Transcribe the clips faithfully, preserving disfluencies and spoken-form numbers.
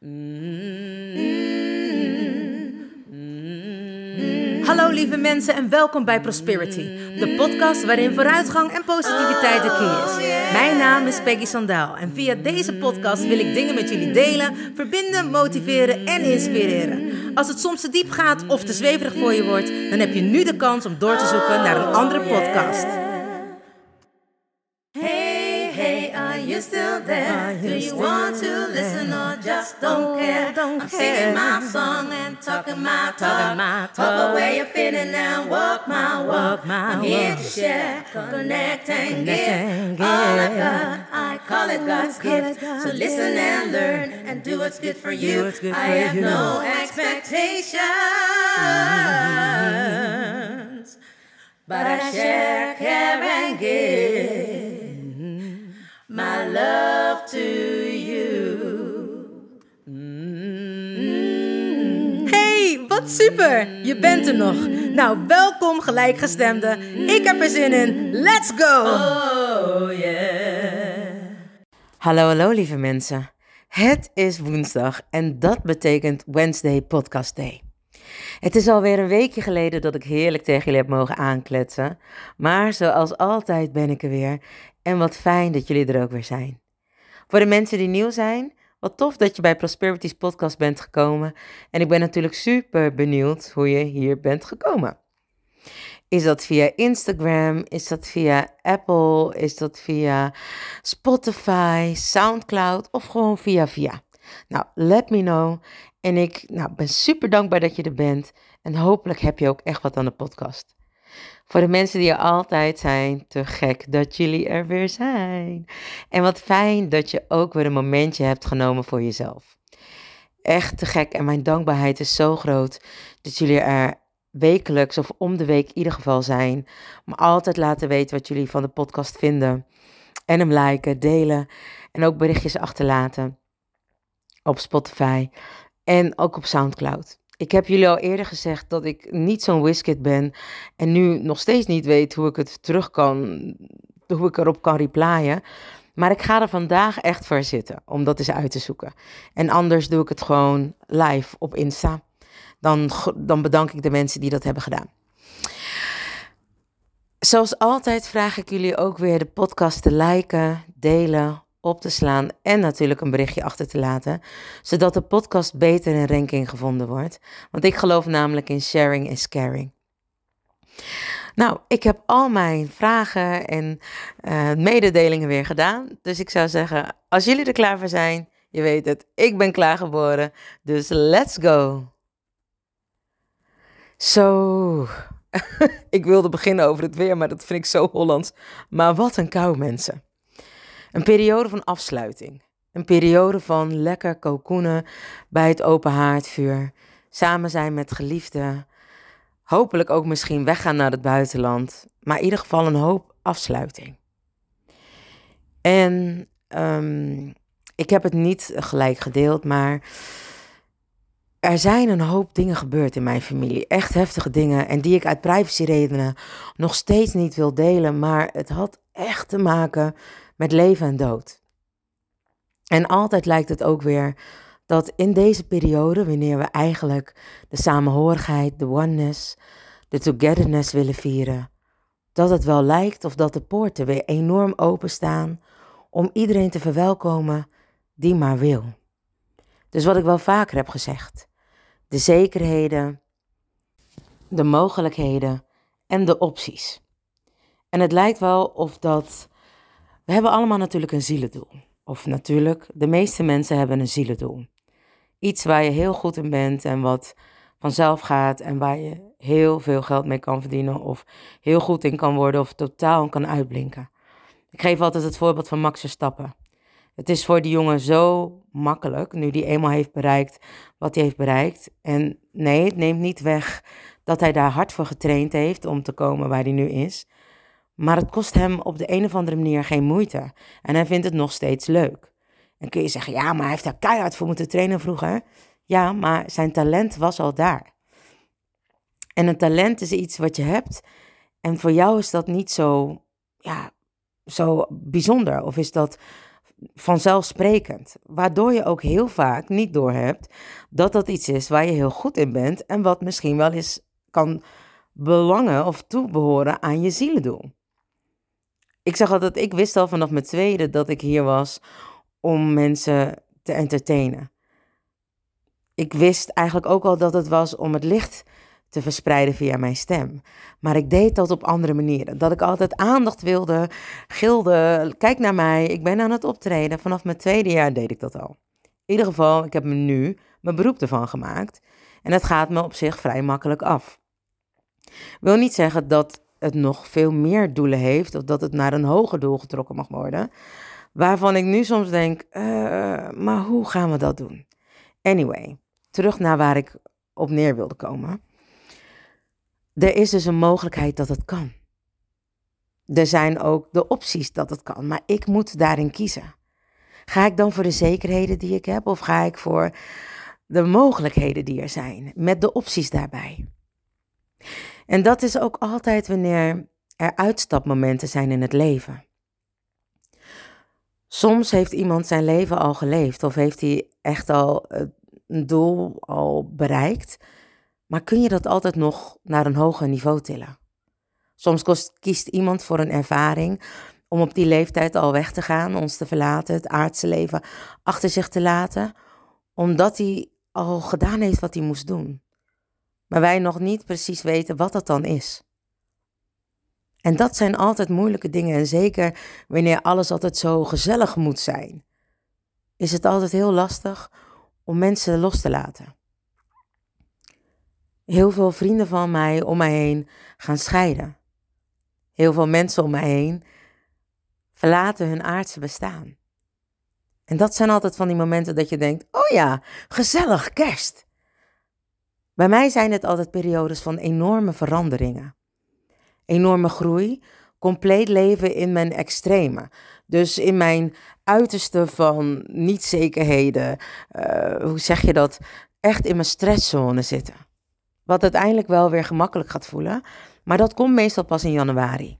Hallo lieve mensen en welkom bij Prosperity, de podcast waarin vooruitgang en positiviteit de key is. Mijn naam is Peggy Sandaal en via deze podcast wil ik dingen met jullie delen, verbinden, motiveren en inspireren. Als het soms te diep gaat of te zweverig voor je wordt, dan heb je nu de kans om door te zoeken naar een andere podcast. Hey, hey, are you still there? Do you want to listen or just don't care? I'm singing my song and talking my talk. Talk away you're feeling and walk my walk. I'm here to share, connect and give. All I've got, I call it God's gift. So listen and learn and do what's good for you. I have no expectations, but I share, care and give my love to you. Hey, wat super! Je bent er nog. Nou, welkom gelijkgestemden. Ik heb er zin in. Let's go! Oh yeah. Hallo, hallo lieve mensen. Het is woensdag en dat betekent Wednesday Podcast Day. Het is alweer een weekje geleden dat ik heerlijk tegen jullie heb mogen aankletsen. Maar zoals altijd ben ik er weer. En wat fijn dat jullie er ook weer zijn. Voor de mensen die nieuw zijn, wat tof dat je bij Prosperity's podcast bent gekomen. En ik ben natuurlijk super benieuwd hoe je hier bent gekomen. Is dat via Instagram? Is dat via Apple? Is dat via Spotify, Soundcloud of gewoon via via? Nou, let me know. En ik nou, ben super dankbaar dat je er bent. En hopelijk heb je ook echt wat aan de podcast. Voor de mensen die er altijd zijn, te gek dat jullie er weer zijn. En wat fijn dat je ook weer een momentje hebt genomen voor jezelf. Echt te gek en mijn dankbaarheid is zo groot dat jullie er wekelijks of om de week in ieder geval zijn. Maar altijd laten weten wat jullie van de podcast vinden. En hem liken, delen en ook berichtjes achterlaten op Spotify en ook op Soundcloud. Ik heb jullie al eerder gezegd dat ik niet zo'n whiskit ben en nu nog steeds niet weet hoe ik het terug kan, hoe ik erop kan replyen. Maar ik ga er vandaag echt voor zitten om dat eens uit te zoeken. En anders doe ik het gewoon live op Insta. Dan, dan bedank ik de mensen die dat hebben gedaan. Zoals altijd vraag ik jullie ook weer de podcast te liken, delen, op te slaan en natuurlijk een berichtje achter te laten, zodat de podcast beter in ranking gevonden wordt. Want ik geloof namelijk in sharing is caring. Nou, ik heb al mijn vragen en uh, mededelingen weer gedaan. Dus ik zou zeggen, als jullie er klaar voor zijn, je weet het, ik ben klaargeboren. Dus let's go! Zo, ik wilde beginnen over het weer, maar dat vind ik zo Hollands. Maar wat een kou, mensen. Een periode van afsluiting. Een periode van lekker cocoonen bij het open haardvuur. Samen zijn met geliefden. Hopelijk ook misschien weggaan naar het buitenland. Maar in ieder geval een hoop afsluiting. En um, ik heb het niet gelijk gedeeld, maar er zijn een hoop dingen gebeurd in mijn familie. Echt heftige dingen. En die ik uit privacyredenen nog steeds niet wil delen. Maar het had echt te maken met leven en dood. En altijd lijkt het ook weer dat in deze periode, wanneer we eigenlijk de samenhorigheid, de oneness, de togetherness willen vieren, dat het wel lijkt of dat de poorten weer enorm openstaan om iedereen te verwelkomen die maar wil. Dus wat ik wel vaker heb gezegd, de zekerheden, de mogelijkheden en de opties. En het lijkt wel of dat, we hebben allemaal natuurlijk een zielendoel. Of natuurlijk, de meeste mensen hebben een zielendoel. Iets waar je heel goed in bent en wat vanzelf gaat en waar je heel veel geld mee kan verdienen of heel goed in kan worden of totaal kan uitblinken. Ik geef altijd het voorbeeld van Max Verstappen. Het is voor die jongen zo makkelijk, nu die eenmaal heeft bereikt wat hij heeft bereikt. En nee, het neemt niet weg dat hij daar hard voor getraind heeft om te komen waar hij nu is. Maar het kost hem op de een of andere manier geen moeite. En hij vindt het nog steeds leuk. En kun je zeggen, ja, maar hij heeft daar keihard voor moeten trainen vroeger. Ja, maar zijn talent was al daar. En een talent is iets wat je hebt. En voor jou is dat niet zo, ja, zo bijzonder. Of is dat vanzelfsprekend. Waardoor je ook heel vaak niet doorhebt dat dat iets is waar je heel goed in bent en wat misschien wel eens kan belangen of toebehoren aan je zielendoel. Ik zeg altijd, ik wist al vanaf mijn tweede dat ik hier was om mensen te entertainen. Ik wist eigenlijk ook al dat het was om het licht te verspreiden via mijn stem. Maar ik deed dat op andere manieren. Dat ik altijd aandacht wilde, gilde, kijk naar mij, ik ben aan het optreden. Vanaf mijn tweede jaar deed ik dat al. In ieder geval, ik heb me nu mijn beroep ervan gemaakt. En het gaat me op zich vrij makkelijk af. Wil niet zeggen dat het nog veel meer doelen heeft, of dat het naar een hoger doel getrokken mag worden. Waarvan ik nu soms denk, uh, maar hoe gaan we dat doen? Anyway, terug naar waar ik op neer wilde komen. Er is dus een mogelijkheid dat het kan. Er zijn ook de opties dat het kan, maar ik moet daarin kiezen. Ga ik dan voor de zekerheden die ik heb, of ga ik voor de mogelijkheden die er zijn, met de opties daarbij? En dat is ook altijd wanneer er uitstapmomenten zijn in het leven. Soms heeft iemand zijn leven al geleefd of heeft hij echt al een doel al bereikt, maar kun je dat altijd nog naar een hoger niveau tillen? Soms kost, kiest iemand voor een ervaring om op die leeftijd al weg te gaan, ons te verlaten, het aardse leven achter zich te laten, omdat hij al gedaan heeft wat hij moest doen. Maar wij nog niet precies weten wat dat dan is. En dat zijn altijd moeilijke dingen. En zeker wanneer alles altijd zo gezellig moet zijn, is het altijd heel lastig om mensen los te laten. Heel veel vrienden van mij om mij heen gaan scheiden. Heel veel mensen om mij heen verlaten hun aardse bestaan. En dat zijn altijd van die momenten dat je denkt, oh ja, gezellig, kerst. Bij mij zijn het altijd periodes van enorme veranderingen. Enorme groei, compleet leven in mijn extreme. Dus in mijn uiterste van niet-zekerheden, uh, hoe zeg je dat, echt in mijn stresszone zitten. Wat uiteindelijk wel weer gemakkelijk gaat voelen, maar dat komt meestal pas in januari.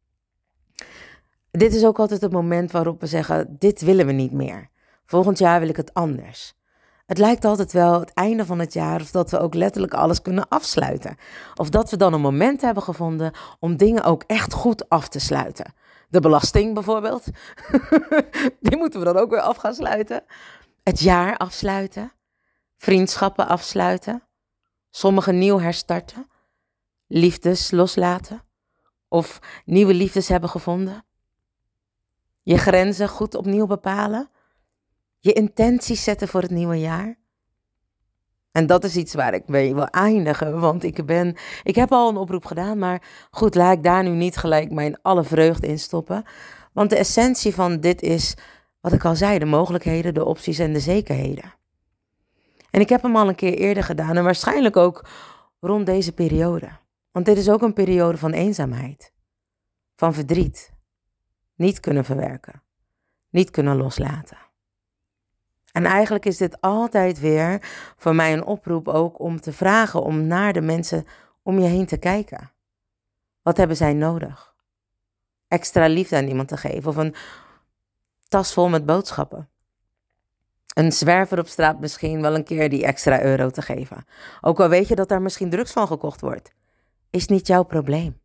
Dit is ook altijd het moment waarop we zeggen, dit willen we niet meer. Volgend jaar wil ik het anders. Het lijkt altijd wel het einde van het jaar of dat we ook letterlijk alles kunnen afsluiten. Of dat we dan een moment hebben gevonden om dingen ook echt goed af te sluiten. De belasting bijvoorbeeld, die moeten we dan ook weer af gaan sluiten. Het jaar afsluiten, vriendschappen afsluiten, sommige nieuw herstarten, liefdes loslaten of nieuwe liefdes hebben gevonden. Je grenzen goed opnieuw bepalen. Je intenties zetten voor het nieuwe jaar. En dat is iets waar ik mee wil eindigen. Want ik ben, ik heb al een oproep gedaan. Maar goed, laat ik daar nu niet gelijk mijn alle vreugde in stoppen. Want de essentie van dit is, wat ik al zei, de mogelijkheden, de opties en de zekerheden. En ik heb hem al een keer eerder gedaan. En waarschijnlijk ook rond deze periode. Want dit is ook een periode van eenzaamheid. Van verdriet. Niet kunnen verwerken. Niet kunnen loslaten. En eigenlijk is dit altijd weer voor mij een oproep ook om te vragen om naar de mensen om je heen te kijken. Wat hebben zij nodig? Extra liefde aan iemand te geven of een tas vol met boodschappen. Een zwerver op straat misschien wel een keer die extra euro te geven. Ook al weet je dat daar misschien drugs van gekocht wordt. Is niet jouw probleem.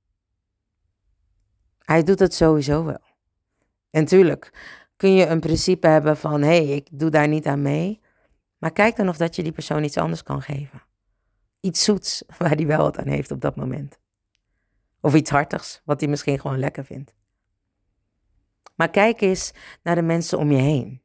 Hij doet het sowieso wel. En tuurlijk kun je een principe hebben van, hé, hey, ik doe daar niet aan mee. Maar kijk dan of dat je die persoon iets anders kan geven. Iets zoets waar die wel wat aan heeft op dat moment. Of iets hartigs, wat hij misschien gewoon lekker vindt. Maar kijk eens naar de mensen om je heen.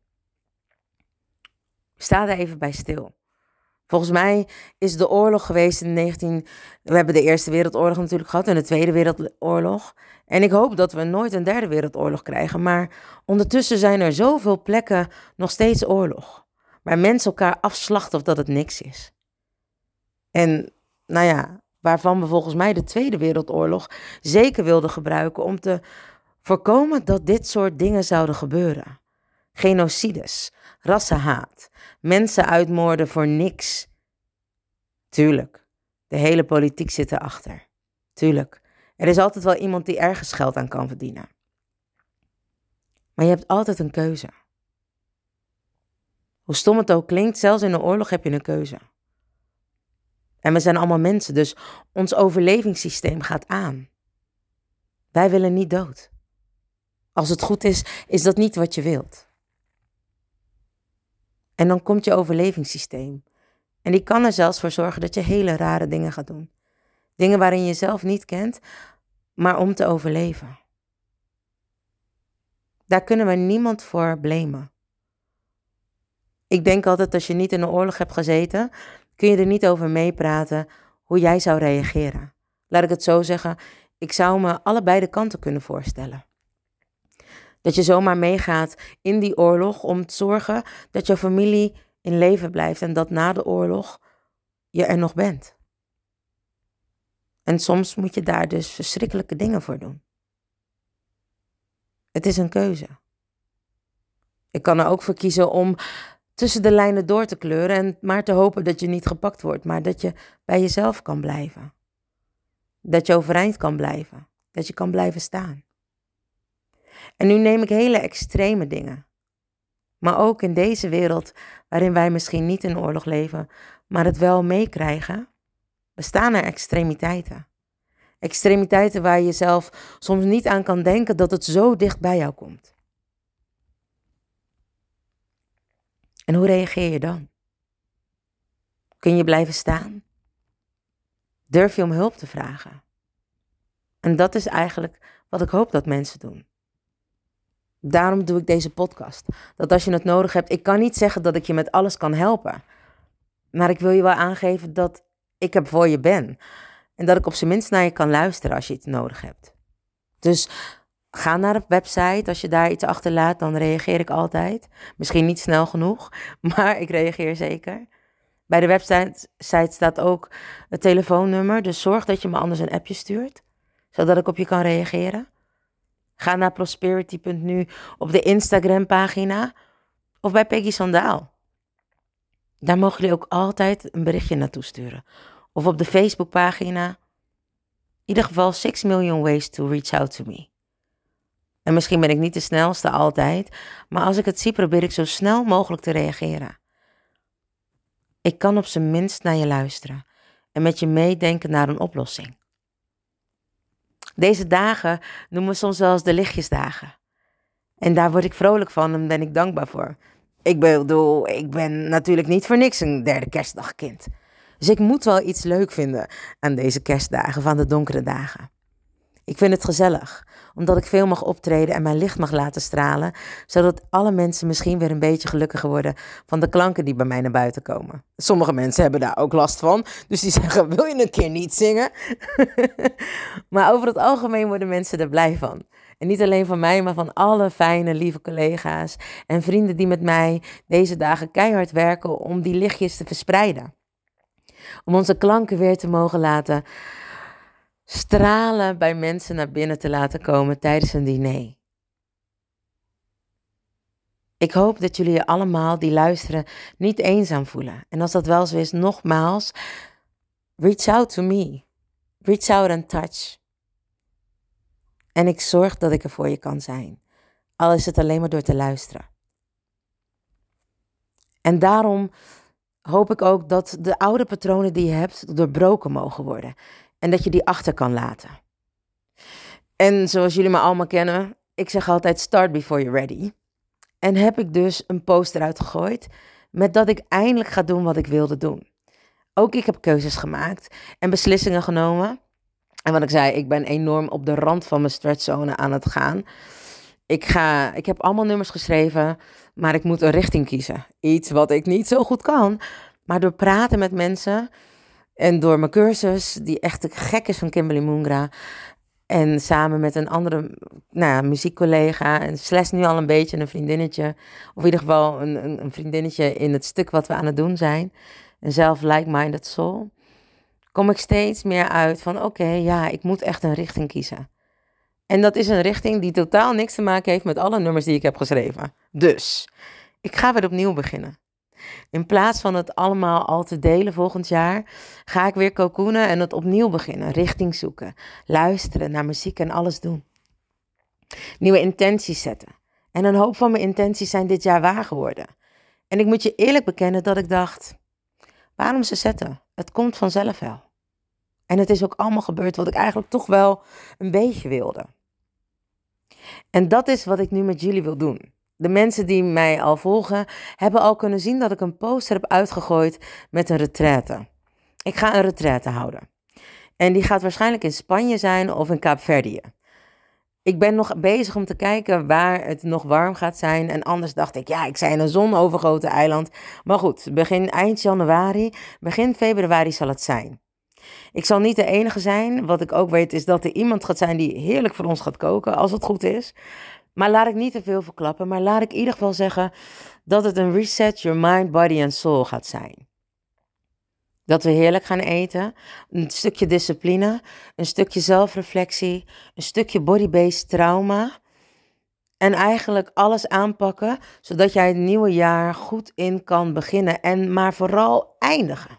Sta daar even bij stil. Volgens mij is de oorlog geweest in negentien... We hebben de Eerste Wereldoorlog natuurlijk gehad en de Tweede Wereldoorlog. En ik hoop dat we nooit een Derde Wereldoorlog krijgen. Maar ondertussen zijn er zoveel plekken nog steeds oorlog. Waar mensen elkaar afslachten of dat het niks is. En nou ja, waarvan we volgens mij de Tweede Wereldoorlog zeker wilden gebruiken om te voorkomen dat dit soort dingen zouden gebeuren. Genocides, rassenhaat, mensen uitmoorden voor niks. Tuurlijk, de hele politiek zit erachter. Tuurlijk, er is altijd wel iemand die ergens geld aan kan verdienen. Maar je hebt altijd een keuze. Hoe stom het ook klinkt, zelfs in een oorlog heb je een keuze. En we zijn allemaal mensen, dus ons overlevingssysteem gaat aan. Wij willen niet dood. Als het goed is, is dat niet wat je wilt. En dan komt je overlevingssysteem. En die kan er zelfs voor zorgen dat je hele rare dingen gaat doen. Dingen waarin je jezelf niet kent, maar om te overleven. Daar kunnen we niemand voor blamen. Ik denk altijd, als je niet in een oorlog hebt gezeten, kun je er niet over meepraten hoe jij zou reageren. Laat ik het zo zeggen, ik zou me allebei de kanten kunnen voorstellen. Dat je zomaar meegaat in die oorlog om te zorgen dat jouw familie in leven blijft en dat na de oorlog je er nog bent. En soms moet je daar dus verschrikkelijke dingen voor doen. Het is een keuze. Ik kan er ook voor kiezen om tussen de lijnen door te kleuren en maar te hopen dat je niet gepakt wordt, maar dat je bij jezelf kan blijven. Dat je overeind kan blijven. Dat je kan blijven staan. En nu neem ik hele extreme dingen. Maar ook in deze wereld waarin wij misschien niet in oorlog leven, maar het wel meekrijgen, bestaan er extremiteiten. Extremiteiten waar je zelf soms niet aan kan denken dat het zo dicht bij jou komt. En hoe reageer je dan? Kun je blijven staan? Durf je om hulp te vragen? En dat is eigenlijk wat ik hoop dat mensen doen. Daarom doe ik deze podcast. Dat als je het nodig hebt, ik kan niet zeggen dat ik je met alles kan helpen. Maar ik wil je wel aangeven dat ik er voor je ben. En dat ik op zijn minst naar je kan luisteren als je iets nodig hebt. Dus ga naar de website. Als je daar iets achterlaat, dan reageer ik altijd. Misschien niet snel genoeg, maar ik reageer zeker. Bij de website staat ook het telefoonnummer. Dus zorg dat je me anders een appje stuurt. Zodat ik op je kan reageren. Ga naar prosperity punt nu op de Instagram pagina. Of bij Peggy Sandaal. Daar mogen jullie ook altijd een berichtje naartoe sturen. Of op de Facebookpagina. In ieder geval six million ways to reach out to me. En misschien ben ik niet de snelste altijd. Maar als ik het zie, probeer ik zo snel mogelijk te reageren. Ik kan op zijn minst naar je luisteren. En met je meedenken naar een oplossing. Deze dagen noemen we soms wel eens de lichtjesdagen. En daar word ik vrolijk van en ben ik dankbaar voor. Ik bedoel, ik ben natuurlijk niet voor niks een derde kerstdagkind. Dus ik moet wel iets leuk vinden aan deze kerstdagen, van de donkere dagen. Ik vind het gezellig, omdat ik veel mag optreden en mijn licht mag laten stralen, zodat alle mensen misschien weer een beetje gelukkiger worden van de klanken die bij mij naar buiten komen. Sommige mensen hebben daar ook last van, dus die zeggen, wil je een keer niet zingen? Maar over het algemeen worden mensen er blij van. En niet alleen van mij, maar van alle fijne, lieve collega's en vrienden die met mij deze dagen keihard werken om die lichtjes te verspreiden. Om onze klanken weer te mogen laten stralen bij mensen naar binnen te laten komen tijdens een diner. Ik hoop dat jullie je allemaal die luisteren niet eenzaam voelen. En als dat wel zo is, nogmaals, reach out to me. Reach out and touch. En ik zorg dat ik er voor je kan zijn. Al is het alleen maar door te luisteren. En daarom hoop ik ook dat de oude patronen die je hebt doorbroken mogen worden. En dat je die achter kan laten. En zoals jullie me allemaal kennen, ik zeg altijd start before you're ready. En heb ik dus een post eruit gegooid met dat ik eindelijk ga doen wat ik wilde doen. Ook ik heb keuzes gemaakt en beslissingen genomen. En wat ik zei, ik ben enorm op de rand van mijn stretchzone aan het gaan. Ik, ga, ik heb allemaal nummers geschreven, maar ik moet een richting kiezen. Iets wat ik niet zo goed kan. Maar door praten met mensen en door mijn cursus, die echt gek is van Kimberly Moongra. En samen met een andere nou ja, muziekcollega, en slash nu al een beetje een vriendinnetje. Of in ieder geval een, een, een vriendinnetje in het stuk wat we aan het doen zijn. Een zelf like-minded soul. Kom ik steeds meer uit van oké, okay, ja, ik moet echt een richting kiezen. En dat is een richting die totaal niks te maken heeft met alle nummers die ik heb geschreven. Dus, ik ga weer opnieuw beginnen. In plaats van het allemaal al te delen volgend jaar, ga ik weer cocoonen en het opnieuw beginnen. Richting zoeken, luisteren naar muziek en alles doen. Nieuwe intenties zetten. En een hoop van mijn intenties zijn dit jaar waar geworden. En ik moet je eerlijk bekennen dat ik dacht, waarom ze zetten? Het komt vanzelf wel. En het is ook allemaal gebeurd wat ik eigenlijk toch wel een beetje wilde. En dat is wat ik nu met jullie wil doen. De mensen die mij al volgen, hebben al kunnen zien dat ik een poster heb uitgegooid met een retraite. Ik ga een retraite houden. En die gaat waarschijnlijk in Spanje zijn of in Kaapverdië. Ik ben nog bezig om te kijken waar het nog warm gaat zijn. En anders dacht ik, ja, ik zei in een zonovergoten eiland. Maar goed, begin eind januari, begin februari zal het zijn. Ik zal niet de enige zijn. Wat ik ook weet is dat er iemand gaat zijn die heerlijk voor ons gaat koken, als het goed is. Maar laat ik niet te veel verklappen. Maar laat ik in ieder geval zeggen dat het een reset your mind, body and soul gaat zijn. Dat we heerlijk gaan eten, een stukje discipline, een stukje zelfreflectie, een stukje body-based trauma. En eigenlijk alles aanpakken, zodat jij het nieuwe jaar goed in kan beginnen en maar vooral eindigen.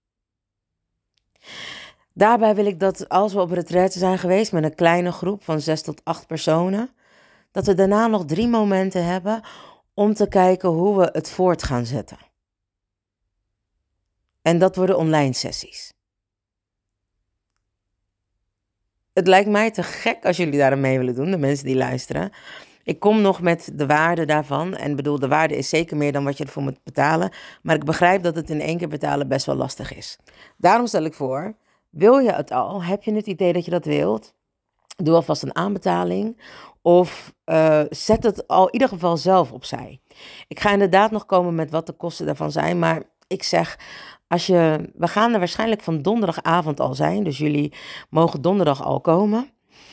Daarbij wil ik dat als we op retraite zijn geweest met een kleine groep van zes tot acht personen, dat we daarna nog drie momenten hebben om te kijken hoe we het voort gaan zetten. En dat worden online sessies. Het lijkt mij te gek als jullie daar aan mee willen doen, de mensen die luisteren. Ik kom nog met de waarde daarvan. En bedoel, de waarde is zeker meer dan wat je ervoor moet betalen. Maar ik begrijp dat het in één keer betalen best wel lastig is. Daarom stel ik voor, wil je het al? Heb je het idee dat je dat wilt? Doe alvast een aanbetaling. Of uh, zet het al in ieder geval zelf opzij. Ik ga inderdaad nog komen met wat de kosten daarvan zijn. Maar ik zeg, als je, we gaan er waarschijnlijk van donderdagavond al zijn. Dus jullie mogen donderdag al komen.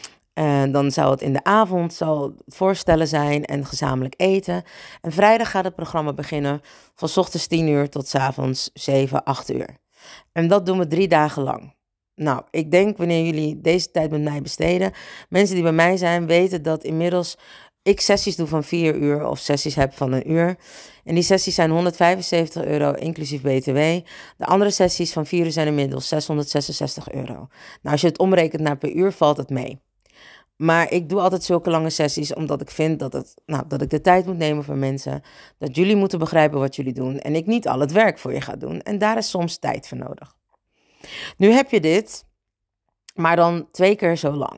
En dan zou het in de avond zal het voorstellen zijn en gezamenlijk eten. En vrijdag gaat het programma beginnen van 's ochtends tien uur tot 's avonds zeven, acht uur. En dat doen we drie dagen lang. Nou, ik denk wanneer jullie deze tijd met mij besteden, mensen die bij mij zijn weten dat inmiddels ik sessies doe van vier uur of sessies heb van een uur. En die sessies zijn honderdvijfenzeventig euro inclusief B T W. De andere sessies van vier uur zijn inmiddels zeshonderdzesenzestig euro. Nou, als je het omrekent naar per uur valt het mee. Maar ik doe altijd zulke lange sessies omdat ik vind dat, het, nou, dat ik de tijd moet nemen voor mensen. Dat jullie moeten begrijpen wat jullie doen. En ik niet al het werk voor je ga doen. En daar is soms tijd voor nodig. Nu heb je dit, maar dan twee keer zo lang.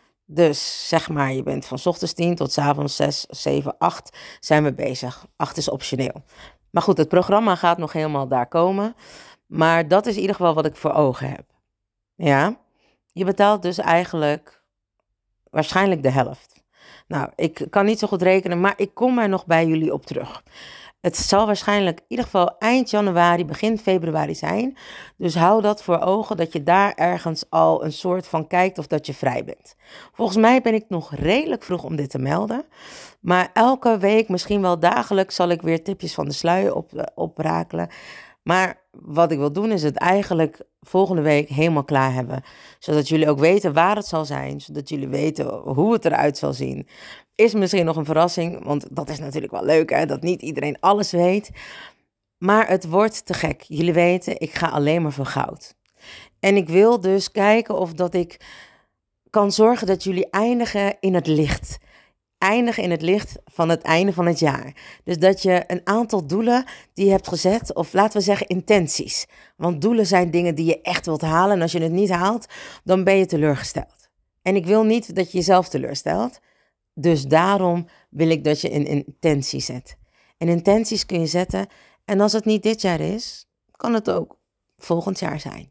Dus zeg maar, je bent van 's ochtends tien tot 's avonds zes, zeven, acht zijn we bezig. acht is optioneel. Maar goed, het programma gaat nog helemaal daar komen. Maar dat is in ieder geval wat ik voor ogen heb. Ja, je betaalt dus eigenlijk waarschijnlijk de helft. Nou, ik kan niet zo goed rekenen, maar ik kom er nog bij jullie op terug. Het zal waarschijnlijk in ieder geval eind januari, begin februari zijn. Dus hou dat voor ogen, dat je daar ergens al een soort van kijkt of dat je vrij bent. Volgens mij ben ik nog redelijk vroeg om dit te melden. Maar elke week, misschien wel dagelijks, zal ik weer tipjes van de sluier op, oprakelen. Maar wat ik wil doen is het eigenlijk volgende week helemaal klaar hebben. Zodat jullie ook weten waar het zal zijn. Zodat jullie weten hoe het eruit zal zien. Is misschien nog een verrassing, want dat is natuurlijk wel leuk, hè, dat niet iedereen alles weet. Maar het wordt te gek. Jullie weten, ik ga alleen maar voor goud. En ik wil dus kijken of dat ik kan zorgen dat jullie eindigen in het licht. Eindigen in het licht van het einde van het jaar. Dus dat je een aantal doelen die je hebt gezet, of laten we zeggen intenties. Want doelen zijn dingen die je echt wilt halen. En als je het niet haalt, dan ben je teleurgesteld. En ik wil niet dat je jezelf teleurstelt. Dus daarom wil ik dat je een intentie zet. En intenties kun je zetten. En als het niet dit jaar is, kan het ook volgend jaar zijn.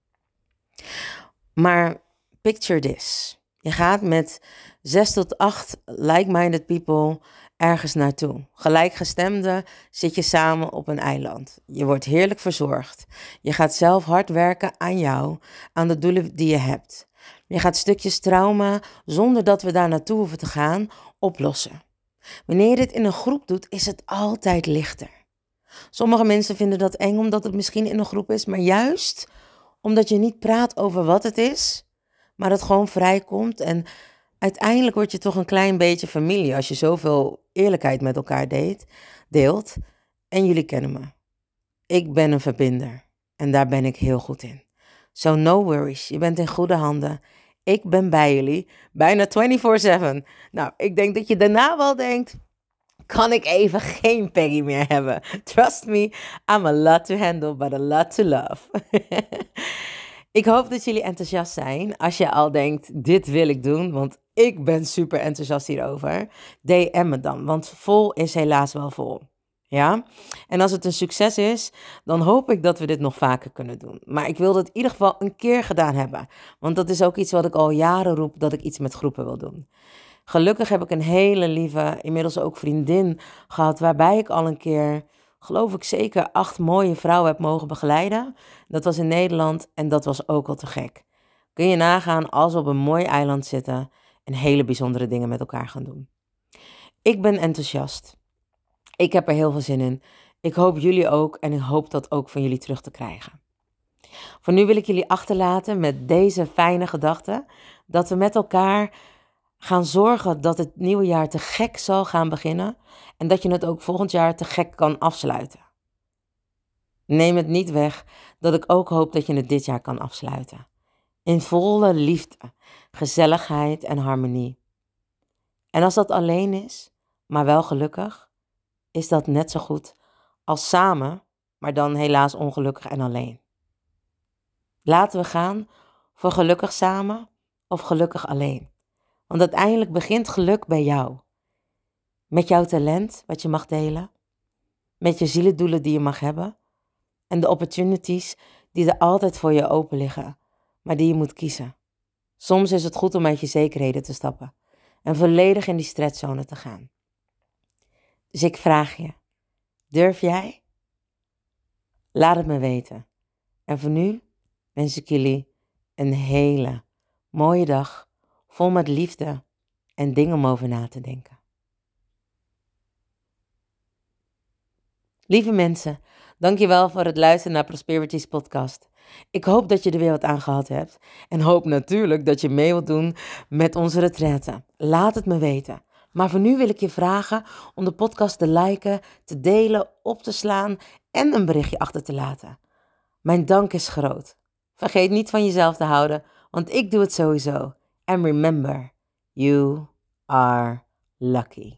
Maar picture this. Je gaat met zes tot acht like-minded people ergens naartoe. Gelijkgestemden zit je samen op een eiland. Je wordt heerlijk verzorgd. Je gaat zelf hard werken aan jou, aan de doelen die je hebt. Je gaat stukjes trauma, zonder dat we daar naartoe hoeven te gaan, oplossen. Wanneer je dit in een groep doet, is het altijd lichter. Sommige mensen vinden dat eng omdat het misschien in een groep is, maar juist omdat je niet praat over wat het is, maar het gewoon vrijkomt. En uiteindelijk word je toch een klein beetje familie als je zoveel eerlijkheid met elkaar deed, deelt. En jullie kennen me. Ik ben een verbinder en daar ben ik heel goed in. So no worries, je bent in goede handen. Ik ben bij jullie, bijna vierentwintig zeven. Nou, ik denk dat je daarna wel denkt, kan ik even geen Peggy meer hebben. Trust me, I'm a lot to handle, but a lot to love. Ik hoop dat jullie enthousiast zijn. Als je al denkt, dit wil ik doen, want ik ben super enthousiast hierover. D M me dan, want vol is helaas wel vol. Ja? En als het een succes is, dan hoop ik dat we dit nog vaker kunnen doen. Maar ik wil het in ieder geval een keer gedaan hebben. Want dat is ook iets wat ik al jaren roep, dat ik iets met groepen wil doen. Gelukkig heb ik een hele lieve, inmiddels ook vriendin gehad, waarbij ik al een keer, geloof ik zeker, acht mooie vrouwen heb mogen begeleiden. Dat was in Nederland en dat was ook al te gek. Kun je nagaan als we op een mooi eiland zitten en hele bijzondere dingen met elkaar gaan doen. Ik ben enthousiast. Ik heb er heel veel zin in. Ik hoop jullie ook en ik hoop dat ook van jullie terug te krijgen. Voor nu wil ik jullie achterlaten met deze fijne gedachte, dat we met elkaar gaan zorgen dat het nieuwe jaar te gek zal gaan beginnen en dat je het ook volgend jaar te gek kan afsluiten. Neem het niet weg dat ik ook hoop dat je het dit jaar kan afsluiten. In volle liefde, gezelligheid en harmonie. En als dat alleen is, maar wel gelukkig, is dat net zo goed als samen, maar dan helaas ongelukkig en alleen. Laten we gaan voor gelukkig samen of gelukkig alleen. Want uiteindelijk begint geluk bij jou. Met jouw talent, wat je mag delen. Met je zielendoelen die je mag hebben. En de opportunities die er altijd voor je open liggen, maar die je moet kiezen. Soms is het goed om uit je zekerheden te stappen. En volledig in die stretchzone te gaan. Dus ik vraag je, durf jij? Laat het me weten. En voor nu wens ik jullie een hele mooie dag, vol met liefde en dingen om over na te denken. Lieve mensen, dankjewel voor het luisteren naar Prosperities podcast. Ik hoop dat je er weer wat aan gehad hebt. En hoop natuurlijk dat je mee wilt doen met onze retraite. Laat het me weten. Maar voor nu wil ik je vragen om de podcast te liken, te delen, op te slaan en een berichtje achter te laten. Mijn dank is groot. Vergeet niet van jezelf te houden, want ik doe het sowieso. And remember, you are lucky.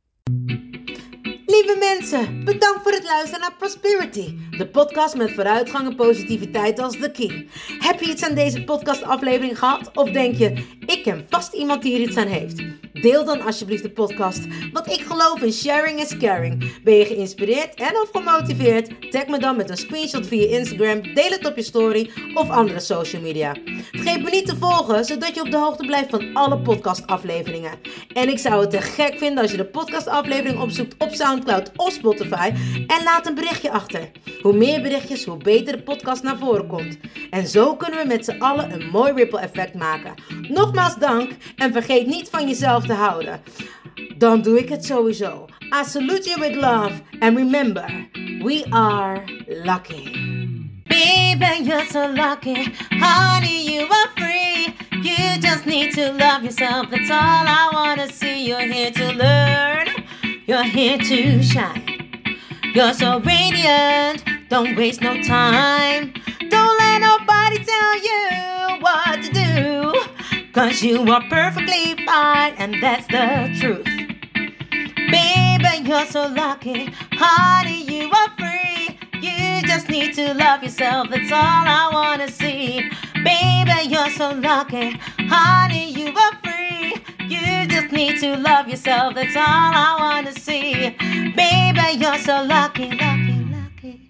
Lieve mensen, bedankt voor het luisteren naar Prosperity, de podcast met vooruitgang en positiviteit als de key. Heb je iets aan deze podcastaflevering gehad? Of denk je, ik ken vast iemand die er iets aan heeft? Deel dan alsjeblieft de podcast, want ik geloof in sharing is caring. Ben je geïnspireerd en of gemotiveerd? Tag me dan met een screenshot via Instagram, deel het op je story of andere social media. Vergeet me niet te volgen, zodat je op de hoogte blijft van alle podcastafleveringen. En ik zou het te gek vinden als je de podcastaflevering opzoekt op Soundcloud of Spotify en laat een berichtje achter. Hoe meer berichtjes, hoe beter de podcast naar voren komt. En zo kunnen we met z'n allen een mooi ripple effect maken. Nogmaals dank en vergeet niet van jezelf te houden. Dan doe ik het sowieso. I salute you with love and remember, we are lucky. Baby, you're so lucky. Honey, you are free. You just need to love yourself. That's all I wanna see. You're here to learn. You're here to shine. You're so radiant. Don't waste no time. Don't let nobody tell you what to do. Cause you are perfectly fine. And that's the truth. Baby, you're so lucky. Honey, you are free. You just need to love yourself. That's all I wanna see. Baby, you're so lucky. Honey, you are free. You just need to love yourself. That's all I wanna see. Baby, you're so lucky.